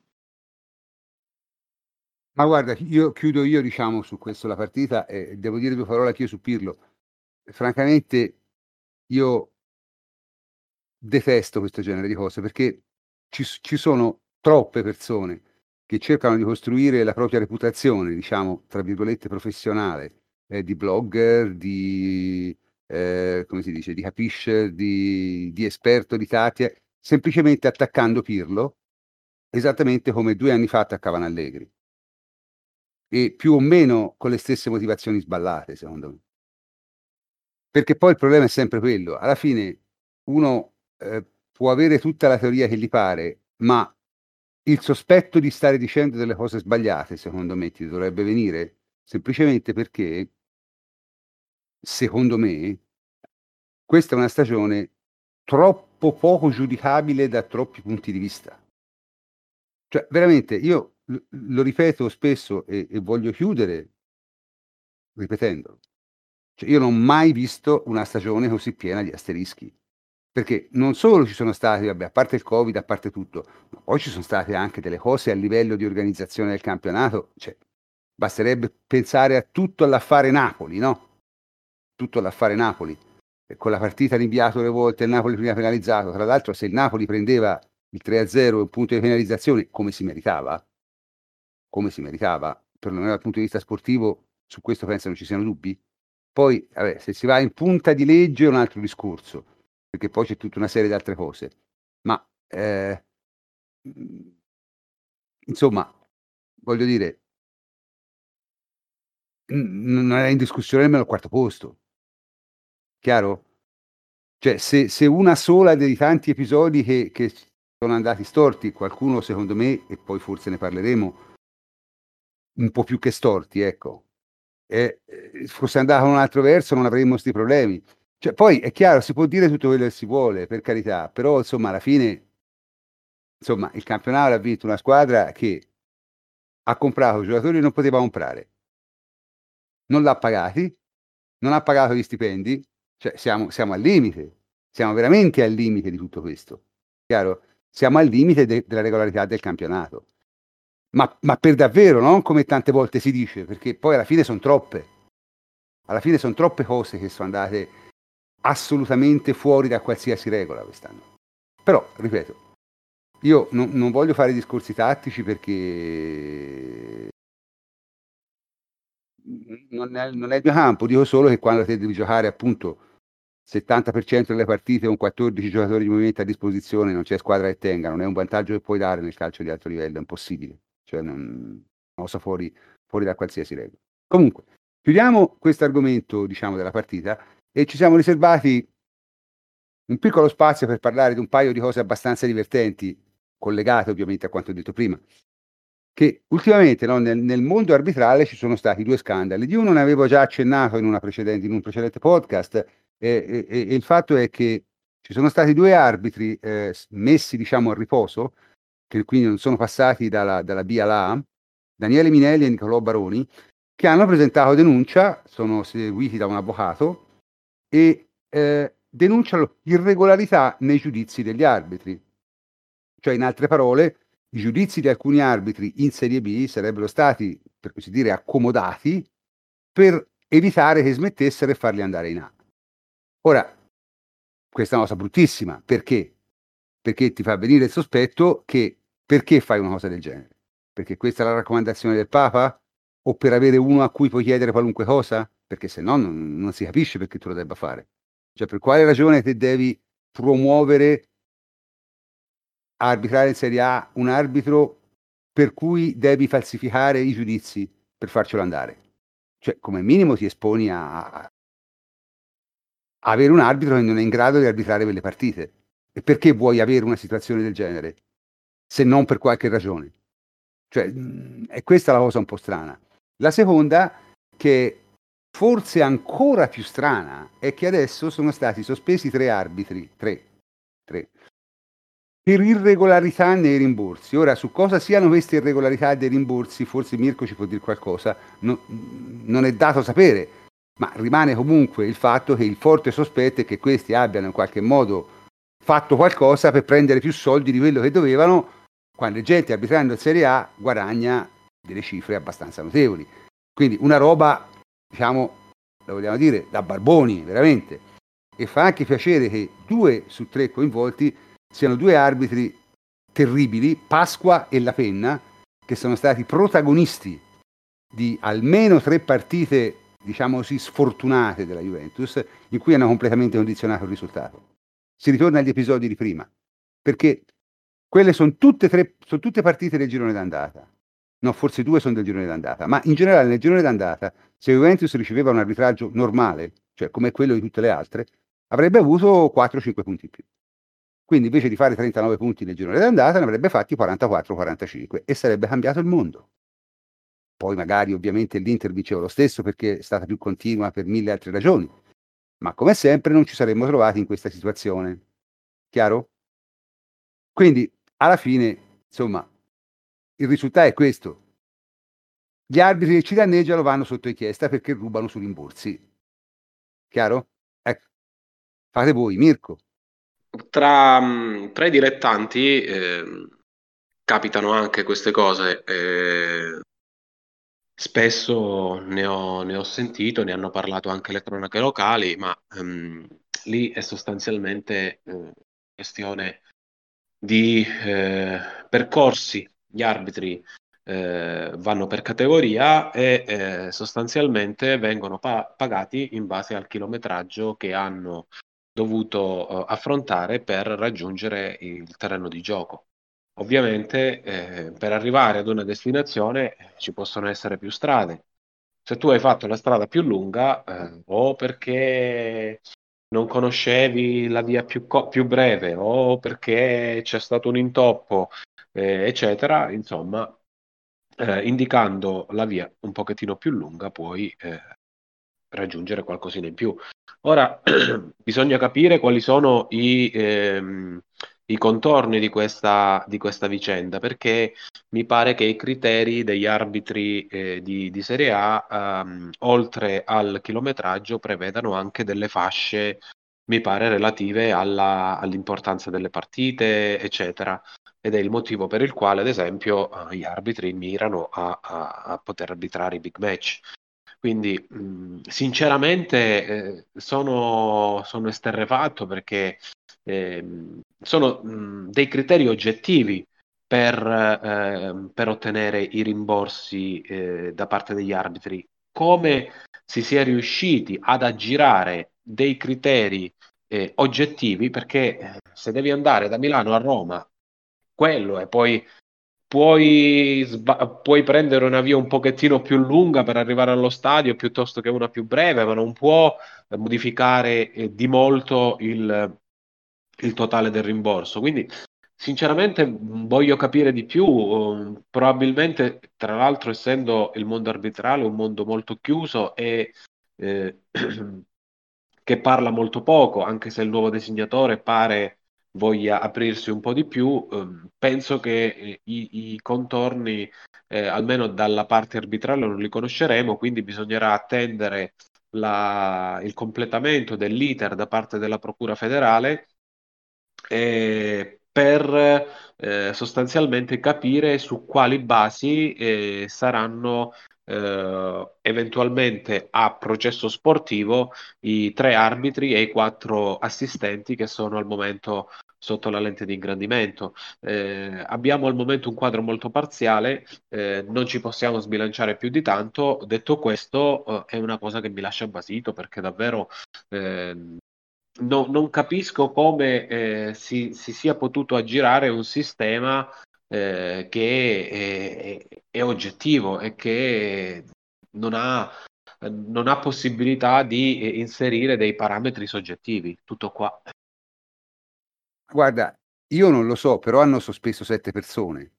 Ma guarda, io chiudo io, diciamo, su questo la partita, e devo dire due parole anch'io su Pirlo. Francamente, io detesto questo genere di cose, perché ci, s- ci sono troppe persone che cercano di costruire la propria reputazione, diciamo, tra virgolette, professionale, eh, di blogger, di, eh, come si dice, di capisce, di, di esperto di tattica, semplicemente attaccando Pirlo, esattamente come due anni fa attaccavano Allegri. E più o meno con le stesse motivazioni sballate, secondo me. Perché poi il problema è sempre quello. Alla fine uno eh, può avere tutta la teoria che gli pare, ma il sospetto di stare dicendo delle cose sbagliate, secondo me, ti dovrebbe venire semplicemente perché, secondo me, questa è una stagione troppo poco giudicabile da troppi punti di vista. Cioè, veramente, io l- lo ripeto spesso e, e voglio chiudere ripetendolo. Cioè, io non ho mai visto una stagione così piena di asterischi. Perché non solo ci sono stati, vabbè, a parte il Covid, a parte tutto, ma poi ci sono state anche delle cose a livello di organizzazione del campionato. Cioè, basterebbe pensare a tutto all'affare Napoli, no? Tutto all'affare Napoli. E con la partita rinviato le volte, il Napoli prima penalizzato. Tra l'altro, se il Napoli prendeva il tre a zero e un punto di penalizzazione, come si meritava, come si meritava, perlomeno dal punto di vista sportivo, su questo penso non ci siano dubbi. Poi, vabbè, se si va in punta di legge è un altro discorso, perché poi c'è tutta una serie di altre cose. Ma, eh, insomma, voglio dire, n- non è in discussione nemmeno il quarto posto, chiaro? Cioè, se, se una sola dei tanti episodi che, che sono andati storti, qualcuno secondo me, e poi forse ne parleremo, un po' più che storti, ecco, e eh, fosse andato in un altro verso non avremmo questi problemi. Cioè, poi è chiaro, si può dire tutto quello che si vuole, per carità, però insomma alla fine insomma il campionato ha vinto una squadra che ha comprato giocatori che non poteva comprare, non l'ha pagati, non ha pagato gli stipendi, cioè siamo, siamo al limite, siamo veramente al limite di tutto questo, chiaro? Siamo al limite de- della regolarità del campionato, ma, ma per davvero, non come tante volte si dice, perché poi alla fine sono troppe, alla fine sono troppe cose che sono andate assolutamente fuori da qualsiasi regola quest'anno. Però, ripeto, io non, non voglio fare discorsi tattici perché non è, non è il mio campo, dico solo che quando te devi giocare appunto settanta per cento delle partite con quattordici giocatori di movimento a disposizione, non c'è squadra che tenga, non è un vantaggio che puoi dare nel calcio di alto livello, è impossibile, cioè non, una cosa fuori, fuori da qualsiasi regola. Comunque, chiudiamo questo argomento, diciamo, della partita e ci siamo riservati un piccolo spazio per parlare di un paio di cose abbastanza divertenti, collegate ovviamente a quanto ho detto prima, che ultimamente, no, nel, nel mondo arbitrale ci sono stati due scandali. Di uno ne avevo già accennato in, una precedente, in un precedente podcast, e, e- e il fatto è che ci sono stati due arbitri eh, messi, diciamo, a riposo, che quindi non sono passati dalla, dalla B alla A, Daniele Minelli e Nicolò Baroni, che hanno presentato denuncia, sono seguiti da un avvocato e eh, denunciano irregolarità nei giudizi degli arbitri. Cioè, in altre parole, i giudizi di alcuni arbitri in Serie B sarebbero stati, per così dire, accomodati per evitare che smettessero e farli andare in A. Ora, questa è una cosa bruttissima, perché? Perché ti fa venire il sospetto che perché fai una cosa del genere? Perché questa è la raccomandazione del Papa? O per avere uno a cui puoi chiedere qualunque cosa? Perché se no non, non si capisce perché tu lo debba fare. Cioè, per quale ragione te devi promuovere a arbitrare in Serie A un arbitro per cui devi falsificare i giudizi per farcelo andare? Cioè, come minimo ti esponi a, a avere un arbitro che non è in grado di arbitrare quelle partite. E perché vuoi avere una situazione del genere? Se non per qualche ragione. Cioè, mh, è questa la cosa un po' strana. La seconda, che forse ancora più strana, è che adesso sono stati sospesi tre arbitri, tre, tre, per irregolarità nei rimborsi. Ora, su cosa siano queste irregolarità dei rimborsi, forse Mirko ci può dire qualcosa, no, non è dato sapere, ma rimane comunque il fatto che il forte sospetto è che questi abbiano in qualche modo fatto qualcosa per prendere più soldi di quello che dovevano, quando gente arbitrando in Serie A guadagna delle cifre abbastanza notevoli. Quindi una roba, diciamo, lo vogliamo dire, da barboni, veramente. E fa anche piacere che due su tre coinvolti siano due arbitri terribili, Pasqua e La Penna, che sono stati protagonisti di almeno tre partite, diciamo così, sfortunate della Juventus, in cui hanno completamente condizionato il risultato. Si ritorna agli episodi di prima, perché quelle sono tutte, tre, sono tutte partite del girone d'andata. No, forse due sono del girone d'andata, ma in generale nel girone d'andata, se Juventus riceveva un arbitraggio normale, cioè come quello di tutte le altre, avrebbe avuto quattro cinque punti in più. Quindi invece di fare trentanove punti nel girone d'andata ne avrebbe fatti quarantaquattro quarantacinque e sarebbe cambiato il mondo. Poi magari ovviamente l'Inter vinceva lo stesso perché è stata più continua per mille altre ragioni. ma come sempre non ci saremmo trovati in questa situazione. Chiaro? Quindi, alla fine, insomma, il risultato è questo. Gli arbitri che ci danneggiano vanno sotto inchiesta perché rubano su rimborsi. Chiaro? Ecco. Fate voi, Mirko. Tra, mh, tra i dilettanti ehm, capitano anche queste cose. eh, spesso ne ho, ne ho sentito, ne hanno parlato anche le cronache locali, ma ehm, lì è sostanzialmente eh, questione di eh, percorsi. Gli arbitri eh, vanno per categoria e eh, sostanzialmente vengono pa- pagati in base al chilometraggio che hanno dovuto eh, affrontare per raggiungere il terreno di gioco. Ovviamente, eh, per arrivare ad una destinazione eh, ci possono essere più strade. Se tu hai fatto la strada più lunga, eh, o perché non conoscevi la via più, co- più breve, o perché c'è stato un intoppo, eh, eccetera, insomma, eh, indicando la via un pochettino più lunga, puoi eh, raggiungere qualcosina in più. Ora, bisogna capire quali sono i, ehm, i contorni di questa, di questa vicenda, perché mi pare che i criteri degli arbitri eh, di, di Serie A, ehm, oltre al chilometraggio, prevedano anche delle fasce, mi pare, relative alla- all'importanza delle partite, eccetera. Ed è il motivo per il quale, ad esempio, eh, gli arbitri mirano a, a a poter arbitrare i big match. Quindi, mh, sinceramente, eh, sono, sono esterrefatto perché ehm, sono mh, dei criteri oggettivi per, ehm, per ottenere i rimborsi eh, da parte degli arbitri. Come si sia riusciti ad aggirare dei criteri eh, oggettivi, perché eh, se devi andare da Milano a Roma, quello è poi puoi, sba- puoi prendere una via un pochettino più lunga per arrivare allo stadio piuttosto che una più breve, ma non può eh, modificare eh, di molto il, il totale del rimborso. Quindi, sinceramente, mh, voglio capire di più. um, probabilmente, tra l'altro, essendo il mondo arbitrale un mondo molto chiuso e eh, che parla molto poco, anche se il nuovo designatore pare voglia aprirsi un po' di più, ehm, penso che eh, i, i contorni, eh, almeno dalla parte arbitrale, non li conosceremo, quindi bisognerà attendere la- il completamento dell'iter da parte della Procura federale eh, per eh, sostanzialmente capire su quali basi eh, saranno eh, eventualmente a processo sportivo i tre arbitri e i quattro assistenti che sono al momento sotto la lente di ingrandimento. Eh, abbiamo al momento un quadro molto parziale, eh, non ci possiamo sbilanciare più di tanto. Detto questo, eh, è una cosa che mi lascia basito perché davvero eh, no- non capisco come eh, si, si sia potuto aggirare un sistema eh, che è, è- è oggettivo e che non ha, non ha possibilità di eh, inserire dei parametri soggettivi. Tutto qua. Guarda, io non lo so, però hanno sospeso sette persone.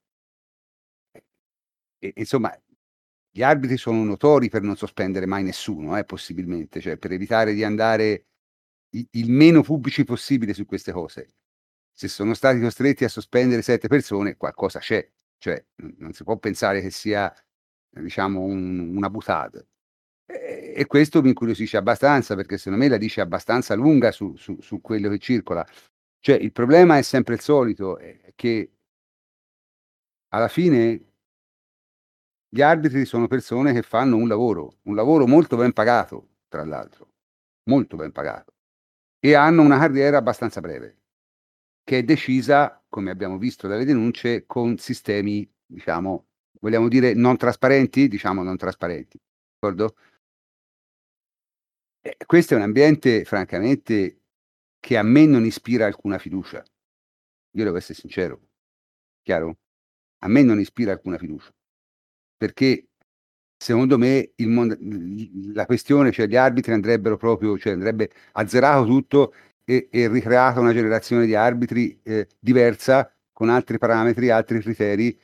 E, insomma, gli arbitri sono notori per non sospendere mai nessuno, eh, possibilmente, cioè per evitare di andare i- il meno pubblici possibile su queste cose. Se sono stati costretti a sospendere sette persone, qualcosa c'è, cioè n- non si può pensare che sia, eh, diciamo, un- una boutade. E, e questo mi incuriosisce abbastanza perché secondo me la dice abbastanza lunga su, su- su quello che circola. Cioè, il problema è sempre il solito, è che alla fine gli arbitri sono persone che fanno un lavoro, un lavoro molto ben pagato, tra l'altro, molto ben pagato, e hanno una carriera abbastanza breve, che è decisa, come abbiamo visto dalle denunce, con sistemi, diciamo, vogliamo dire non trasparenti, diciamo non trasparenti, d'accordo? E questo è un ambiente, francamente, che a me non ispira alcuna fiducia. Io devo essere sincero, chiaro? A me non ispira alcuna fiducia, perché secondo me il mon l la questione, cioè gli arbitri andrebbero proprio, cioè andrebbe azzerato tutto e e ricreata una generazione di arbitri, ehm, diversa, con altri parametri, altri criteri,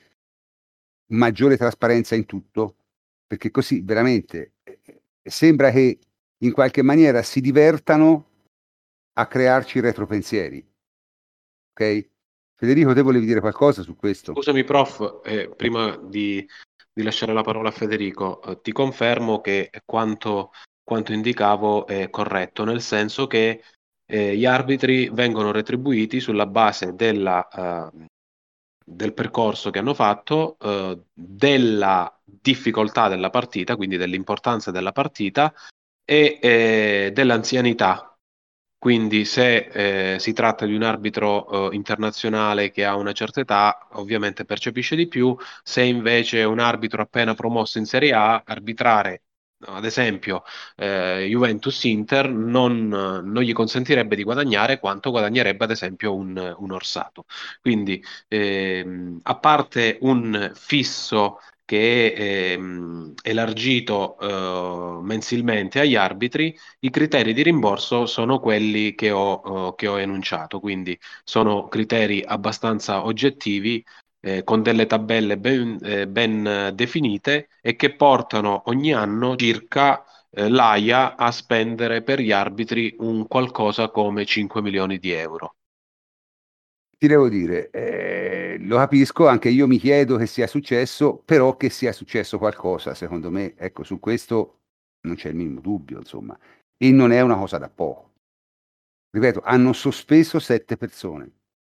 maggiore trasparenza in tutto, perché così veramente, ehm, sembra che in qualche maniera si divertano a crearci retropensieri. Ok? Federico, te volevi dire qualcosa su questo? Scusami, prof, eh, prima di, di lasciare la parola a Federico, eh, ti confermo che quanto, quanto indicavo è corretto, nel senso che eh, gli arbitri vengono retribuiti sulla base della, eh, del percorso che hanno fatto, eh, della difficoltà della partita, quindi dell'importanza della partita e eh, dell'anzianità. Quindi se eh, si tratta di un arbitro eh, internazionale che ha una certa età, ovviamente percepisce di più. Se invece è un arbitro appena promosso in Serie A, arbitrare, ad esempio, eh, Juventus-Inter non, non gli consentirebbe di guadagnare quanto guadagnerebbe, ad esempio, un, un Orsato. Quindi, ehm, a parte un fisso che è ehm, elargito eh, mensilmente agli arbitri, i criteri di rimborso sono quelli che ho, eh, che ho enunciato, quindi sono criteri abbastanza oggettivi, eh, con delle tabelle ben, eh, ben definite e che portano ogni anno circa eh, l'AIA a spendere per gli arbitri un qualcosa come cinque milioni di euro. Ti devo dire, eh, lo capisco, anche io mi chiedo che sia successo, però che sia successo qualcosa, secondo me, ecco, su questo non c'è il minimo dubbio, insomma, e non è una cosa da poco. Ripeto, hanno sospeso sette persone,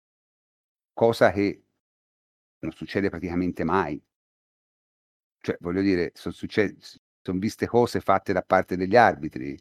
cosa che non succede praticamente mai. Cioè, voglio dire, sono son viste cose fatte da parte degli arbitri,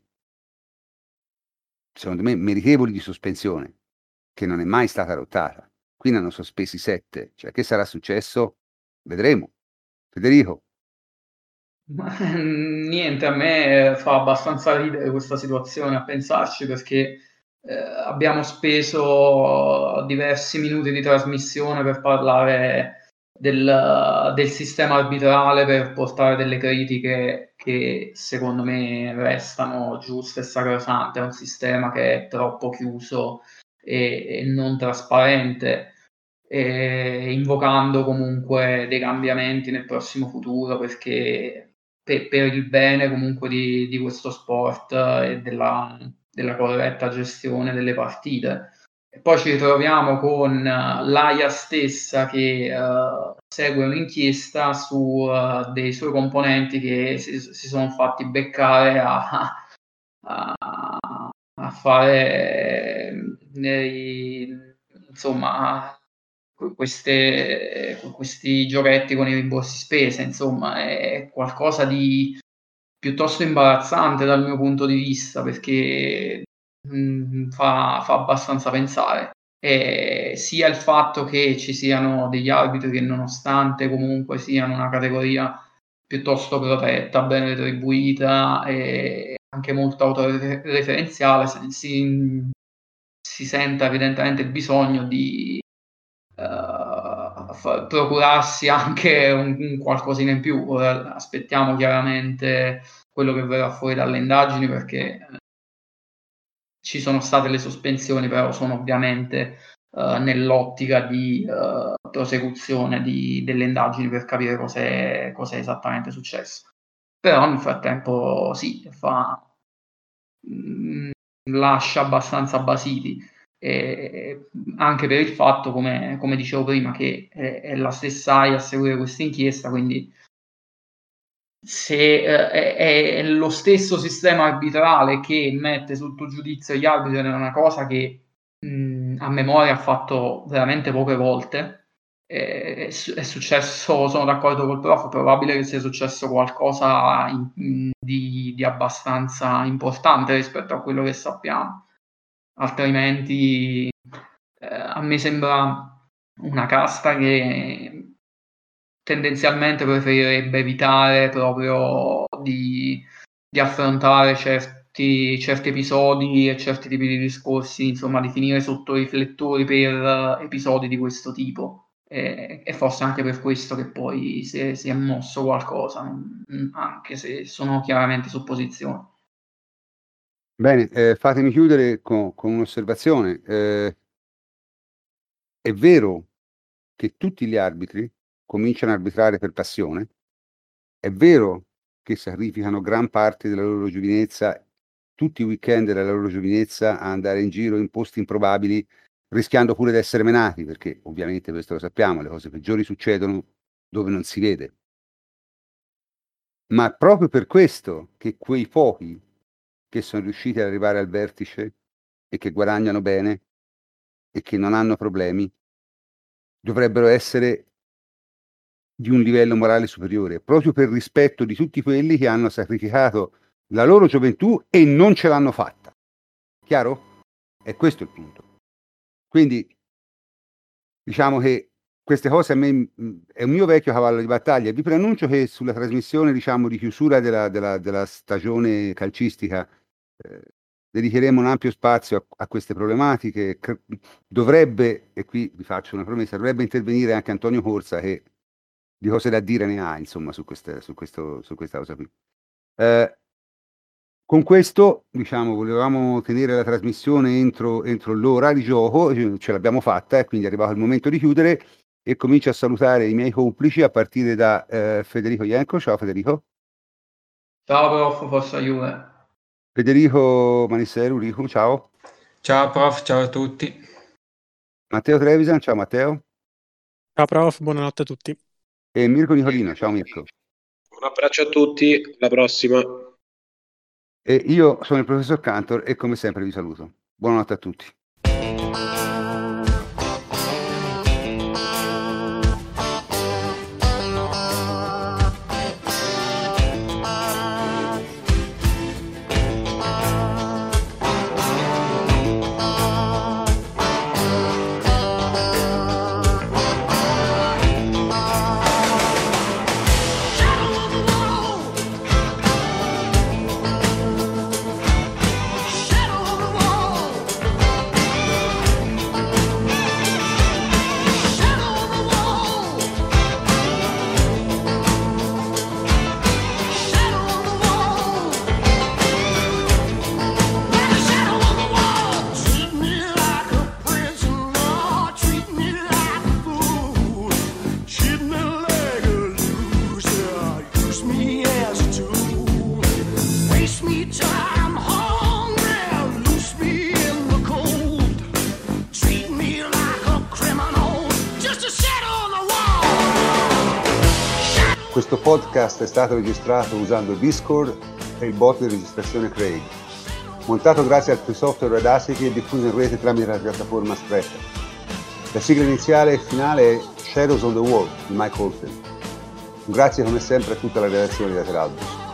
secondo me meritevoli di sospensione, che non è mai stata adottata. Qui ne hanno sospesi sette, cioè che sarà successo? Vedremo. Federico? Ma, niente, a me fa abbastanza ridere questa situazione a pensarci perché eh, abbiamo speso diversi minuti di trasmissione per parlare del, del sistema arbitrale, per portare delle critiche che secondo me restano giuste e sacrosante. È un sistema che è troppo chiuso e, e non trasparente, e invocando comunque dei cambiamenti nel prossimo futuro perché per, per il bene comunque di, di questo sport e della, della corretta gestione delle partite. E poi ci ritroviamo con l'AIA stessa che uh, segue un'inchiesta su uh, dei suoi componenti che si, si sono fatti beccare a, a, a fare nei, insomma queste, questi giochetti con i rimborsi spese, insomma, è qualcosa di piuttosto imbarazzante dal mio punto di vista perché mh, fa, fa abbastanza pensare. E sia il fatto che ci siano degli arbitri che nonostante comunque siano una categoria piuttosto protetta, ben retribuita e anche molto autoreferenziale, si, si senta evidentemente il bisogno di Uh, fa- procurarsi anche un, un qualcosina in più. Ora aspettiamo chiaramente quello che verrà fuori dalle indagini perché eh, ci sono state le sospensioni, però sono ovviamente uh, nell'ottica di uh, prosecuzione di, delle indagini per capire cos'è, cos'è esattamente successo. Però nel frattempo sì, fa, mh, lascia abbastanza basiti. E anche per il fatto, come, come dicevo prima, che è, è la stessa AIA a seguire questa inchiesta, quindi se eh, è, è lo stesso sistema arbitrale che mette sotto giudizio gli arbitri, è una cosa che mh, a memoria ha fatto veramente poche volte. È, è successo, sono d'accordo col prof, è probabile che sia successo qualcosa in, in, di, di abbastanza importante rispetto a quello che sappiamo, altrimenti eh, a me sembra una casta che tendenzialmente preferirebbe evitare proprio di, di affrontare certi, certi episodi e certi tipi di discorsi, insomma, di finire sotto i riflettori per episodi di questo tipo. E, e forse anche per questo che poi si è, si è mosso qualcosa, anche se sono chiaramente supposizioni. Bene, eh, fatemi chiudere con, con un'osservazione. Eh, è vero che tutti gli arbitri cominciano a arbitrare per passione, è vero che sacrificano gran parte della loro giovinezza tutti i weekend della loro giovinezza a andare in giro in posti improbabili, rischiando pure di essere menati, perché ovviamente questo lo sappiamo, le cose peggiori succedono dove non si vede. Ma proprio per questo che quei pochi che sono riusciti ad arrivare al vertice e che guadagnano bene e che non hanno problemi, dovrebbero essere di un livello morale superiore, proprio per rispetto di tutti quelli che hanno sacrificato la loro gioventù e non ce l'hanno fatta. Chiaro? È questo il punto. Quindi diciamo che queste cose a me mh, è un mio vecchio cavallo di battaglia. Vi preannuncio che sulla trasmissione, diciamo, di chiusura della, della, della stagione calcistica eh, dedicheremo un ampio spazio a, a queste problematiche. Cre- Dovrebbe, e qui vi faccio una promessa, dovrebbe intervenire anche Antonio Corsa, che di cose da dire ne ha, insomma, su, queste, su, questo, su questa cosa qui. Eh, con questo, diciamo, volevamo tenere la trasmissione entro, entro l'ora di gioco, ce l'abbiamo fatta, e quindi è arrivato il momento di chiudere, e comincio a salutare i miei complici a partire da eh, Federico Ienco. Ciao Federico. Ciao prof, forza Juve. Federico Manissero, Rico, ciao. Ciao prof, ciao a tutti. Matteo Trevisan, ciao Matteo. Ciao prof, buonanotte a tutti. E Mirko Nicolino, ciao Mirko. Un abbraccio a tutti, alla prossima. E io sono il professor Cantor e come sempre vi saluto. Buonanotte a tutti. Questo podcast è stato registrato usando Discord e il bot di registrazione Craig, montato grazie al free software Audacity e diffuso in rete tramite la piattaforma Spreaker. La sigla iniziale e finale è Shadows on the Wall di Mike Oldfield. Un grazie come sempre a tutta la redazione di Lateralbus.